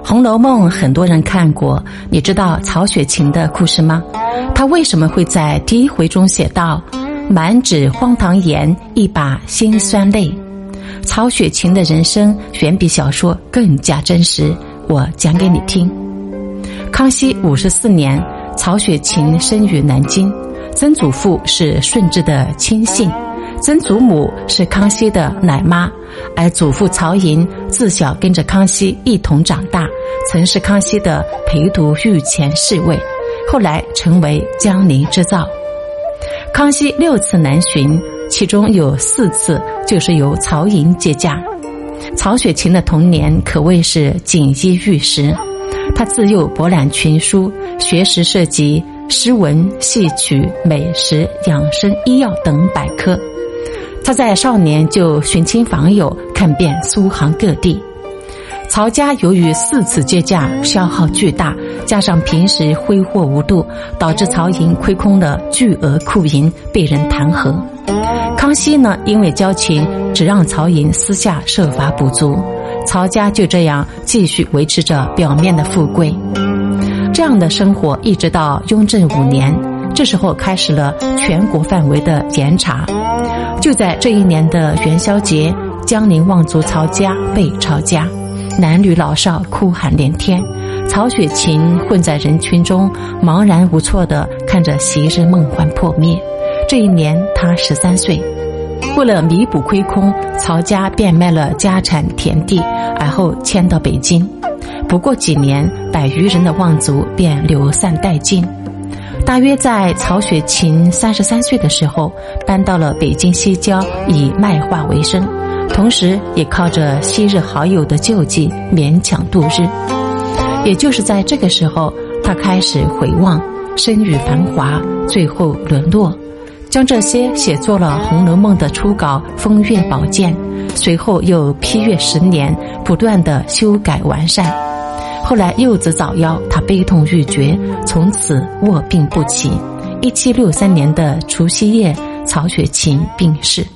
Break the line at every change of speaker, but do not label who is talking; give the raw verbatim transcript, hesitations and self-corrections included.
《红楼梦》很多人看过，你知道曹雪芹的故事吗？他为什么会在第一回中写道满纸荒唐言，一把辛酸泪？曹雪芹的人生远比小说更加真实，我讲给你听。康熙五十四年，曹雪芹生于南京，曾祖父是顺治的亲信，曾祖母是康熙的奶妈，而祖父曹寅自小跟着康熙一同长大，曾是康熙的陪读御前侍卫，后来成为江宁织造。康熙六次南巡，其中有四次就是由曹寅接驾。曹雪芹的童年可谓是锦衣玉食，他自幼博览群书，学识涉及诗文、戏曲、美食、养生、医药等百科。他在少年就寻亲访友，看遍苏杭各地。曹家由于四次接驾消耗巨大，加上平时挥霍无度，导致曹寅亏空了巨额库银，被人弹劾。康熙呢，因为交情，只让曹寅私下设法补足，曹家就这样继续维持着表面的富贵。这样的生活一直到雍正五年，这时候开始了全国范围的严查。就在这一年的元宵节，江宁望族曹家被抄家，男女老少哭喊连天。曹雪芹混在人群中，茫然无措地看着昔日梦幻破灭。这一年他十三岁，为了弥补亏空，曹家变卖了家产田地，而后迁到北京。不过几年，百余人的望族便流散殆尽。大约在曹雪芹三十三岁的时候，搬到了北京西郊，以卖画为生，同时也靠着昔日好友的救济勉强度日。也就是在这个时候，他开始回望生于繁华，最后沦落，将这些写作了《红楼梦》的初稿风月宝鉴，随后又批阅十年，不断的修改完善。后来幼子早夭，他悲痛欲绝，从此卧病不起。一七六三年的除夕夜，曹雪芹病逝。